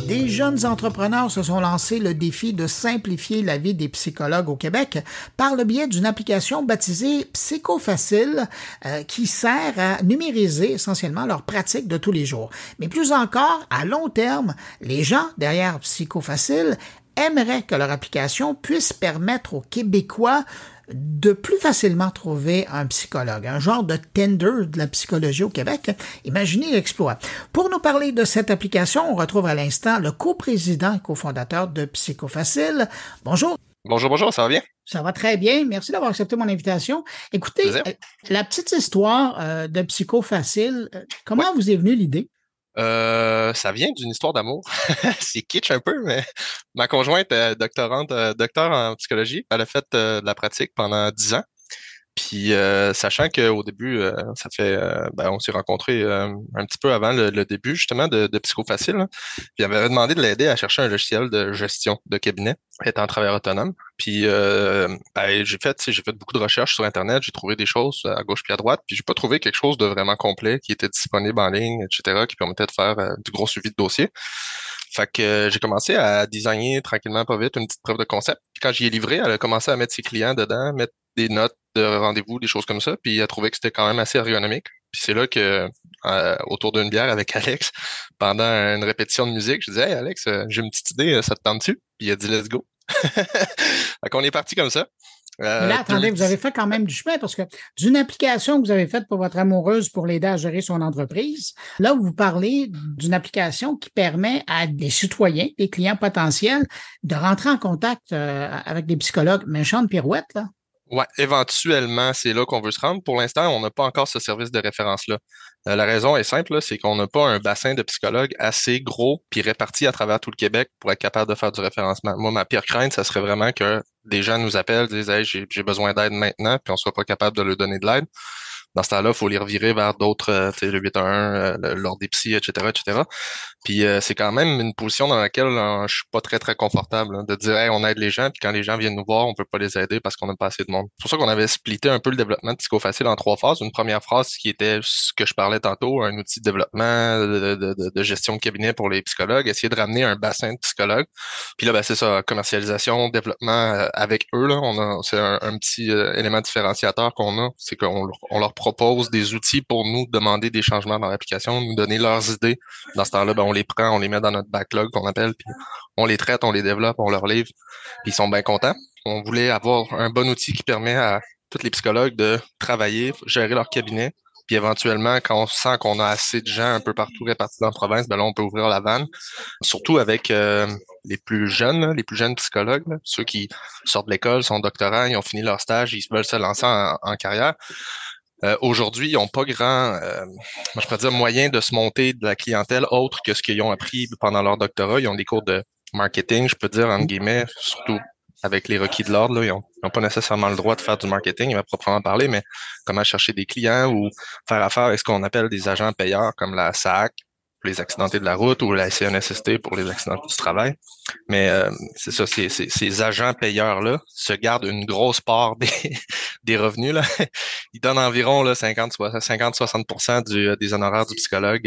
Des jeunes entrepreneurs se sont lancés le défi de simplifier la vie des psychologues au Québec par le biais d'une application baptisée Psychofacile qui sert à numériser essentiellement leurs pratiques de tous les jours. Mais plus encore, à long terme, les gens derrière Psychofacile aimeraient que leur application puisse permettre aux Québécois de plus facilement trouver un psychologue, un genre de Tinder de la psychologie au Québec. Imaginez l'exploit. Pour nous parler de cette application, on retrouve à l'instant le coprésident et cofondateur de Psychofacile. Bonjour. Bonjour, ça va bien? Ça va très bien. Merci d'avoir accepté mon invitation. Écoutez, Plaisir. la petite histoire de Psychofacile, Ouais. comment vous est venue l'idée? Ça vient d'une histoire d'amour. C'est kitsch un peu, mais ma conjointe est docteur en psychologie. Elle a fait de la pratique pendant 10 ans. Puis sachant qu'au début, on s'est rencontrés un petit peu avant le début justement de Psychofacile, là. Puis elle m'avait demandé de l'aider à chercher un logiciel de gestion de cabinet, étant travailleur autonome. Puis j'ai fait beaucoup de recherches sur Internet, j'ai trouvé des choses à gauche puis à droite, puis j'ai pas trouvé quelque chose de vraiment complet qui était disponible en ligne, etc., qui permettait de faire du gros suivi de dossier. Fait que j'ai commencé à designer tranquillement pas vite une petite preuve de concept. Puis quand j'y ai livré, elle a commencé à mettre ses clients dedans, mettre des notes de rendez-vous, des choses comme ça, puis elle a trouvé que c'était quand même assez ergonomique. Puis c'est là que, autour d'une bière avec Alex, pendant une répétition de musique, je disais, Hey Alex, j'ai une petite idée, ça te tente-tu? Puis il a dit let's go. Fait qu'on est parti comme ça. Mais là, attendez, vous avez fait quand même du chemin parce que d'une application que vous avez faite pour votre amoureuse pour l'aider à gérer son entreprise, là, vous parlez d'une application qui permet à des citoyens, des clients potentiels, de rentrer en contact avec des psychologues. Méchante pirouette, là. Ouais, éventuellement, c'est là qu'on veut se rendre. Pour l'instant, on n'a pas encore ce service de référence-là. La raison est simple, là, c'est qu'on n'a pas un bassin de psychologues assez gros puis réparti à travers tout le Québec pour être capable de faire du référencement. Moi, ma pire crainte, ça serait vraiment que des gens nous appellent, disent Hey, j'ai besoin d'aide maintenant, puis on soit pas capable de leur donner de l'aide. Dans ce temps-là, il faut les revirer vers d'autres, tu sais, le 811, l'ordre des psys, etc., etc. Puis c'est quand même une position dans laquelle je suis pas très, très confortable, hein, de dire hey, on aide les gens, puis quand les gens viennent nous voir, on peut pas les aider parce qu'on n'a pas assez de monde. C'est pour ça qu'on avait splitté un peu le développement de Psychofacile en 3 phases. Une première phase qui était ce que je parlais tantôt, un outil de développement, de gestion de cabinet pour les psychologues, essayer de ramener un bassin de psychologues. Puis là, ben, c'est ça, commercialisation, développement avec eux, là. C'est un petit élément différenciateur qu'on a, c'est on leur propose des outils pour nous demander des changements dans l'application, nous donner leurs idées. Dans ce temps-là, ben, on les prend, on les met dans notre backlog qu'on appelle, puis on les traite, on les développe, on leur livre, puis ils sont bien contents. On voulait avoir un bon outil qui permet à tous les psychologues de travailler, gérer leur cabinet, puis éventuellement, quand on sent qu'on a assez de gens un peu partout répartis dans la province, ben là, on peut ouvrir la vanne, surtout avec les plus jeunes, là, les plus jeunes psychologues, là, ceux qui sortent de l'école, sont doctorants, ils ont fini leur stage, ils veulent se lancer en carrière. Aujourd'hui, ils n'ont pas je peux dire, moyen de se monter de la clientèle autre que ce qu'ils ont appris pendant leur doctorat. Ils ont des cours de marketing, je peux dire, entre guillemets, surtout avec les requis de l'ordre, là, ils n'ont pas nécessairement le droit de faire du marketing, à proprement parler, mais comment chercher des clients ou faire affaire avec ce qu'on appelle des agents payeurs comme la SAC pour les accidentés de la route ou la CNSST pour les accidentés du travail. Mais c'est ça, ces agents payeurs-là se gardent une grosse part des revenus, là. Ils donnent environ là, 50-60% des honoraires du psychologue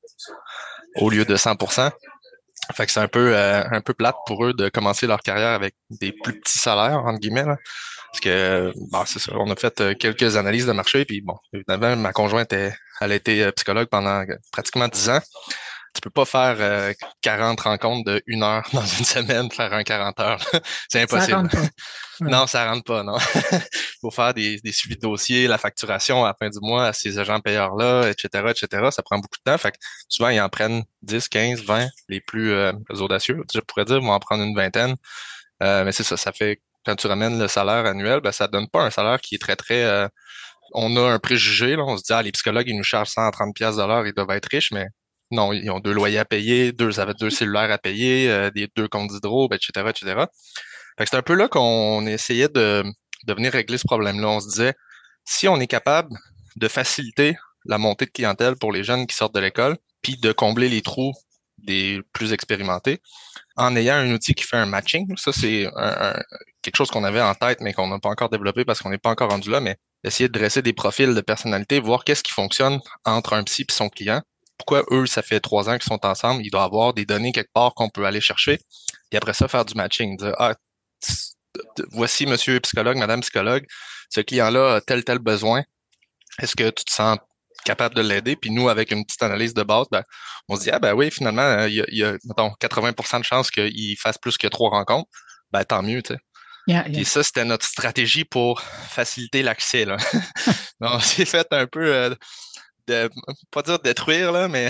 au lieu de 100%. Fait que c'est un peu plate pour eux de commencer leur carrière avec des plus petits salaires, entre guillemets, là. Parce que, bon, c'est ça, on a fait quelques analyses de marché, puis bon, évidemment, ma conjointe, elle a été psychologue pendant pratiquement 10 ans. Tu peux pas faire 40 rencontres de 1 heure dans une semaine, faire un 40 heures. C'est Ça impossible. rentre pas. Ouais. Non, ça rentre pas, non. Faut faire des suivis de dossiers, la facturation à la fin du mois à ces agents payeurs-là, etc., etc. Ça prend beaucoup de temps. Fait que souvent, ils en prennent 10, 15, 20, les plus audacieux. Je pourrais dire, ils vont en prendre une vingtaine. Mais c'est ça, ça fait, quand tu ramènes le salaire annuel, ben, ça donne pas un salaire qui est très, très, on a un préjugé, là. On se dit, ah, les psychologues, ils nous chargent 130 pièces de l'heure, ils doivent être riches, mais non, ils ont 2 loyers à payer, ça va être 2 cellulaires à payer, des 2 comptes d'hydro, ben, etc., etc. Fait que c'est un peu là qu'on essayait de venir régler ce problème-là. On se disait, si on est capable de faciliter la montée de clientèle pour les jeunes qui sortent de l'école, puis de combler les trous des plus expérimentés, en ayant un outil qui fait un matching, ça c'est quelque chose qu'on avait en tête, mais qu'on n'a pas encore développé parce qu'on n'est pas encore rendu là, mais essayer de dresser des profils de personnalité, voir qu'est-ce qui fonctionne entre un psy et son client, pourquoi eux, ça fait 3 ans qu'ils sont ensemble, il doit avoir des données quelque part qu'on peut aller chercher. Et après ça, faire du matching. Dire, voici monsieur psychologue, madame psychologue, ce client-là a tel besoin. Est-ce que tu te sens capable de l'aider? Puis nous, avec une petite analyse de base, ben, on se dit, ah ben oui, finalement, il y a mettons, 80% de chances qu'il fasse plus que 3 rencontres. Ben, tant mieux, tu sais. Yeah, Puis yeah. ça, c'était notre stratégie pour faciliter l'accès, là. Donc, on s'est fait un peu, pas dire détruire, là, mais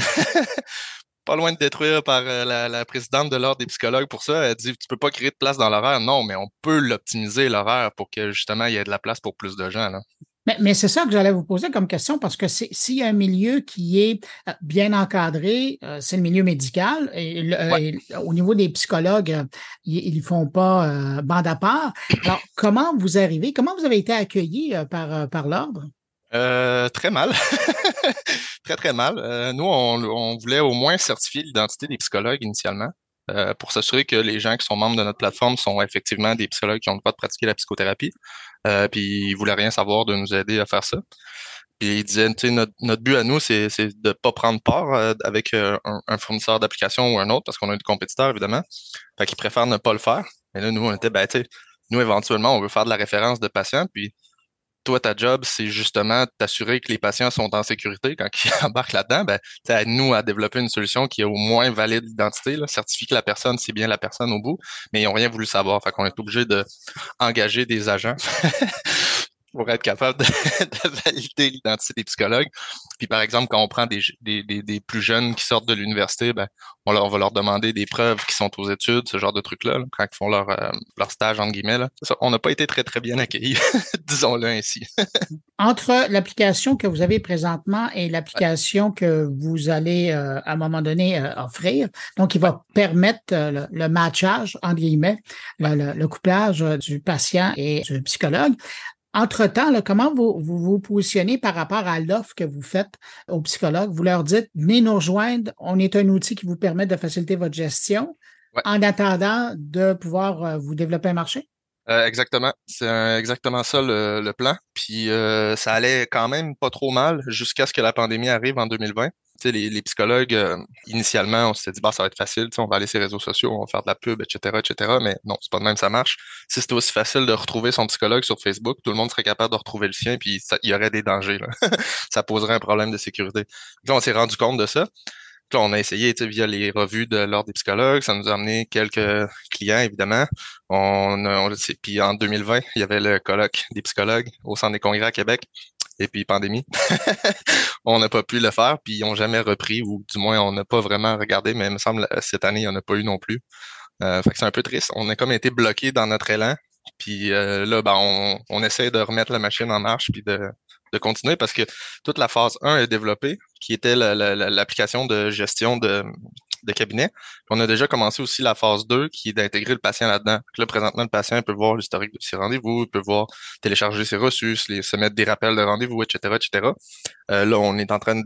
pas loin de détruire par la présidente de l'Ordre des psychologues pour ça. Elle dit, tu peux pas créer de place dans l'horaire. Non, mais on peut l'optimiser, l'horaire, pour que justement, il y ait de la place pour plus de gens, là. Mais c'est ça que j'allais vous poser comme question parce que s'il y a un milieu qui est bien encadré, c'est le milieu médical Ouais. et au niveau des psychologues, ils font pas bande à part. Alors, comment vous avez été accueillis par l'ordre? Très mal. Très, très mal. Nous, on voulait au moins certifier l'identité des psychologues initialement, pour s'assurer que les gens qui sont membres de notre plateforme sont effectivement des psychologues qui ont le droit de pratiquer la psychothérapie. Puis ils voulaient rien savoir de nous aider à faire ça. Puis ils disaient, tu sais, notre but à nous, c'est de pas prendre part avec un fournisseur d'application ou un autre, parce qu'on a des compétiteurs, évidemment. Fait qu'ils préfèrent ne pas le faire. Et là, nous, on était, ben, tu sais, nous, éventuellement, on veut faire de la référence de patients, puis toi, ta job, c'est justement de t'assurer que les patients sont en sécurité quand ils embarquent là-dedans. Ben, c'est à nous à développer une solution qui est au moins valide l'identité, là, certifie que la personne, c'est bien la personne au bout, mais ils n'ont rien voulu savoir. Fait qu'on est obligé de engager des agents pour être capable de, de valider l'identité des psychologues. Puis par exemple, quand on prend des plus jeunes qui sortent de l'université, ben, on va leur demander des preuves qui sont aux études, ce genre de trucs-là, là, quand ils font leur stage, entre guillemets. Là. Ça, on n'a pas été très, très bien accueillis, disons-le ainsi. Entre l'application que vous avez présentement et Ouais, l'application que vous allez à un moment donné offrir, donc qui ouais, va permettre le matchage, entre guillemets, ouais. le couplage du patient et du psychologue. Entre-temps, là, comment vous positionnez par rapport à l'offre que vous faites aux psychologues? Vous leur dites, venez nous rejoindre, on est un outil qui vous permet de faciliter votre gestion Ouais. en attendant de pouvoir vous développer un marché? Exactement. C'est exactement ça le plan. Puis ça allait quand même pas trop mal jusqu'à ce que la pandémie arrive en 2020. Tu sais, les psychologues, initialement, on s'était dit, bah, ça va être facile, tu sais, on va aller sur les réseaux sociaux, on va faire de la pub, etc., etc. Mais non, c'est pas de même, ça marche. Si c'était aussi facile de retrouver son psychologue sur Facebook, tout le monde serait capable de retrouver le sien, puis il y aurait des dangers, là. Ça poserait un problème de sécurité. Donc là, on s'est rendu compte de ça. Puis là, on a essayé, tu sais, via les revues de l'Ordre des psychologues, ça nous a amené quelques clients, évidemment. Puis en 2020, il y avait le colloque des psychologues au Centre des congrès à Québec. Et puis, pandémie. On n'a pas pu le faire, puis ils n'ont jamais repris, ou du moins, on n'a pas vraiment regardé, mais il me semble, cette année, il n'y en a pas eu non plus. Fait que c'est un peu triste. On a comme été bloqué dans notre élan. Puis là, ben, on essaie de remettre la machine en marche, puis de continuer, parce que toute la phase 1 est développée, qui était l'application de gestion de cabinet. Puis on a déjà commencé aussi la phase 2 qui est d'intégrer le patient là-dedans. Donc là, présentement, le patient il peut voir l'historique de ses rendez-vous, il peut voir télécharger ses reçus, se mettre des rappels de rendez-vous, etc., etc. Là, on est en train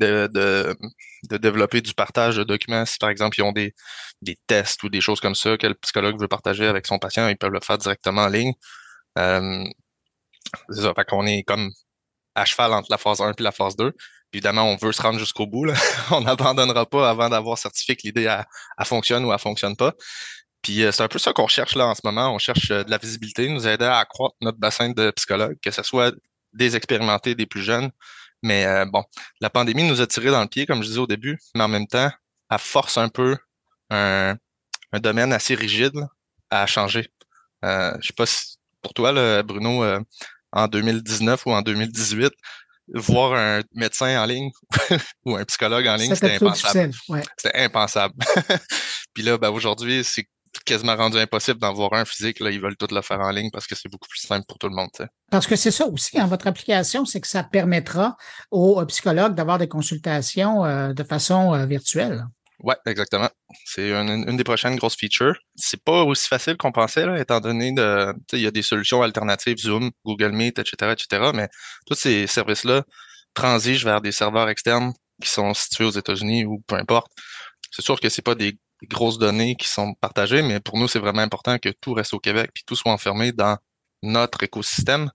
de développer du partage de documents. Si, par exemple, ils ont des tests ou des choses comme ça que le psychologue veut partager avec son patient, ils peuvent le faire directement en ligne. Euh, c'est ça, fait qu'on est comme à cheval entre la phase 1 et la phase 2. Évidemment, on veut se rendre jusqu'au bout, là. On n'abandonnera pas avant d'avoir certifié que l'idée elle fonctionne ou elle fonctionne pas. Puis c'est un peu ça qu'on cherche là en ce moment. On cherche de la visibilité, nous aider à accroître notre bassin de psychologues, que ce soit des expérimentés, des plus jeunes. Mais bon, la pandémie nous a tiré dans le pied, comme je disais au début, mais en même temps, elle force un peu un, un domaine assez rigide là, à changer. Je sais pas si pour toi, là, Bruno, en 2019 ou en 2018, voir un médecin en ligne ou un psychologue en ligne, C'était c'était plutôt impensable. difficile, ouais. C'était impensable. Puis là, ben, aujourd'hui, c'est quasiment rendu impossible d'en voir un physique. Là, ils veulent tout le faire en ligne parce que c'est beaucoup plus simple pour tout le monde. Tu sais. Parce que c'est ça aussi, hein, votre application, c'est que ça permettra aux psychologues d'avoir des consultations de façon virtuelle. Ouais, exactement. C'est une des prochaines grosses features. C'est pas aussi facile qu'on pensait, là, étant donné tu sais, il y a des solutions alternatives, Zoom, Google Meet, etc., etc., mais tous ces services-là transigent vers des serveurs externes qui sont situés aux États-Unis ou peu importe. C'est sûr que c'est pas des grosses données qui sont partagées, mais pour nous, c'est vraiment important que tout reste au Québec puis tout soit enfermé dans notre écosystème.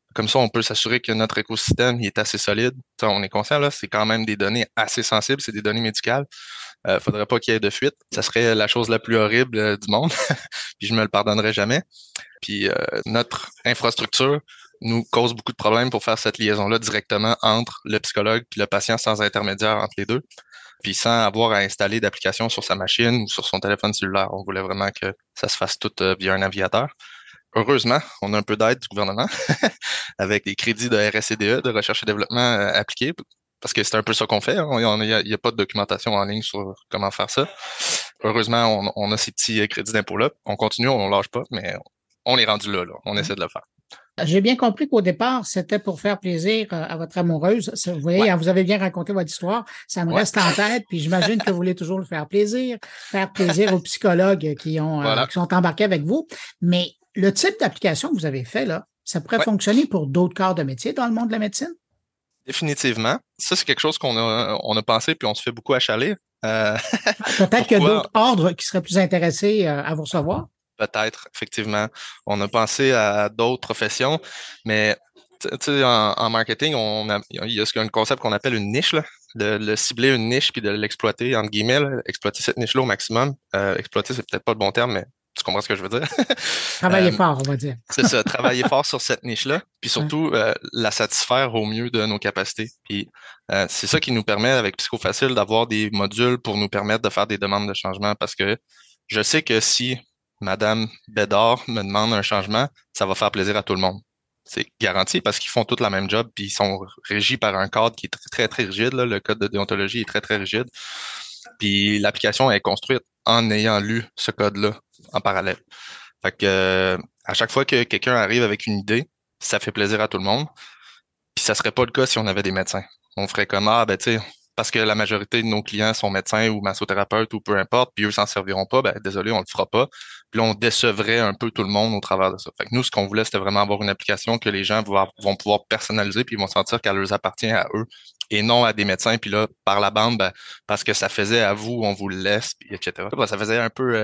Comme ça, on peut s'assurer que notre écosystème il est assez solide. Ça, on est conscient, là, c'est quand même des données assez sensibles, c'est des données médicales. Faudrait pas qu'il y ait de fuite. Ça serait la chose la plus horrible du monde. Puis je me le pardonnerai jamais. Puis notre infrastructure nous cause beaucoup de problèmes pour faire cette liaison-là directement entre le psychologue et le patient sans intermédiaire entre les deux, puis sans avoir à installer d'application sur sa machine ou sur son téléphone cellulaire. On voulait vraiment que ça se fasse tout via un navigateur. Heureusement, on a un peu d'aide du gouvernement avec des crédits de RSCDE, de recherche et développement appliqués, parce que c'est un peu ça qu'on fait. Hein. Il y a pas de documentation en ligne sur comment faire ça. Heureusement, on a ces petits crédits d'impôt-là. On continue, on lâche pas, mais on est rendu là. On essaie de le faire. J'ai bien compris qu'au départ, c'était pour faire plaisir à votre amoureuse. Vous voyez, Ouais. vous avez bien raconté votre histoire. Ça me reste en tête, puis j'imagine que vous voulez toujours le faire plaisir aux psychologues qui sont embarqués avec vous. Mais le type d'application que vous avez fait, là, ça pourrait fonctionner pour d'autres corps de métier dans le monde de la médecine? Définitivement. Ça, c'est quelque chose on a pensé puis on se fait beaucoup achaler. Peut-être qu'il y a d'autres ordres qui seraient plus intéressés à vous recevoir. Peut-être, effectivement. On a pensé à d'autres professions, mais tu sais, en marketing, il y a un concept qu'on appelle une niche, là, de cibler une niche puis de l'exploiter, entre guillemets, là, exploiter cette niche-là au maximum. Exploiter, c'est peut-être pas le bon terme, mais tu comprends ce que je veux dire? Travailler fort, on va dire. C'est ça, travailler fort sur cette niche-là, puis surtout la satisfaire au mieux de nos capacités. Puis c'est ça qui nous permet, avec Psychofacile, d'avoir des modules pour nous permettre de faire des demandes de changement, parce que je sais que si Madame Bédard me demande un changement, ça va faire plaisir à tout le monde. C'est garanti parce qu'ils font tous la même job, puis ils sont régis par un cadre qui est très, très, très rigide. Là. Le code de déontologie est très, très rigide. Puis l'application est construite en ayant lu ce code-là en parallèle. Fait que à chaque fois que quelqu'un arrive avec une idée, ça fait plaisir à tout le monde. Puis ça serait pas le cas si on avait des médecins. On ferait comme ben tu sais, parce que la majorité de nos clients sont médecins ou massothérapeutes ou peu importe, puis eux s'en serviront pas, ben désolé, on le fera pas. Puis là, on décevrait un peu tout le monde au travers de ça. Fait que nous, ce qu'on voulait, c'était vraiment avoir une application que les gens vont pouvoir personnaliser, puis ils vont sentir qu'elle leur appartient à eux et non à des médecins. Puis là, par la bande, ben, parce que ça faisait à vous, on vous le laisse, puis etc. Ben, ça faisait un peu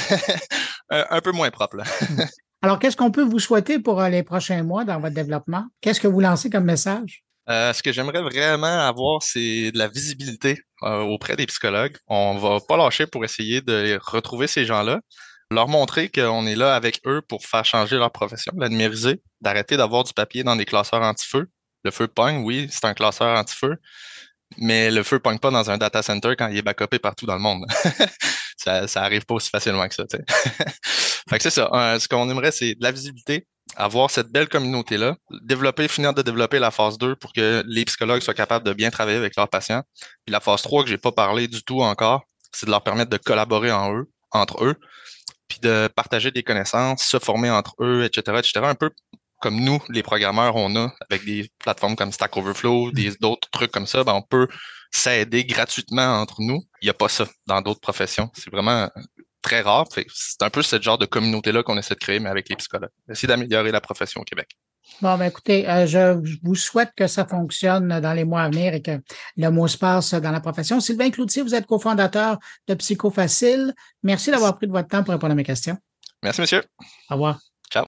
un peu moins propre, là. Alors, qu'est-ce qu'on peut vous souhaiter pour les prochains mois dans votre développement? Qu'est-ce que vous lancez comme message? Ce que j'aimerais vraiment avoir, c'est de la visibilité auprès des psychologues. On va pas lâcher pour essayer de retrouver ces gens-là, leur montrer qu'on est là avec eux pour faire changer leur profession, la numériser, d'arrêter d'avoir du papier dans des classeurs anti-feu. Le feu pogne, oui, c'est un classeur anti-feu, mais le feu pogne pas dans un data center quand il est backupé partout dans le monde. Ça arrive pas aussi facilement que ça, tu sais. Fait que c'est ça. Ce qu'on aimerait, c'est de la visibilité, avoir cette belle communauté-là, finir de développer la phase 2 pour que les psychologues soient capables de bien travailler avec leurs patients. Puis la phase 3 que j'ai pas parlé du tout encore, c'est de leur permettre de collaborer entre eux, puis de partager des connaissances, se former entre eux, etc., etc. Un peu comme nous, les programmeurs, on a avec des plateformes comme Stack Overflow, d'autres trucs comme ça, ben on peut s'aider gratuitement entre nous. Il n'y a pas ça dans d'autres professions. C'est vraiment très rare. C'est un peu ce genre de communauté-là qu'on essaie de créer, mais avec les psychologues. Essayer d'améliorer la profession au Québec. Bon, ben écoutez, je vous souhaite que ça fonctionne dans les mois à venir et que le mot se passe dans la profession. Sylvain Cloutier, vous êtes cofondateur de Psychofacile. Merci d'avoir pris de votre temps pour répondre à mes questions. Merci, monsieur. Au revoir.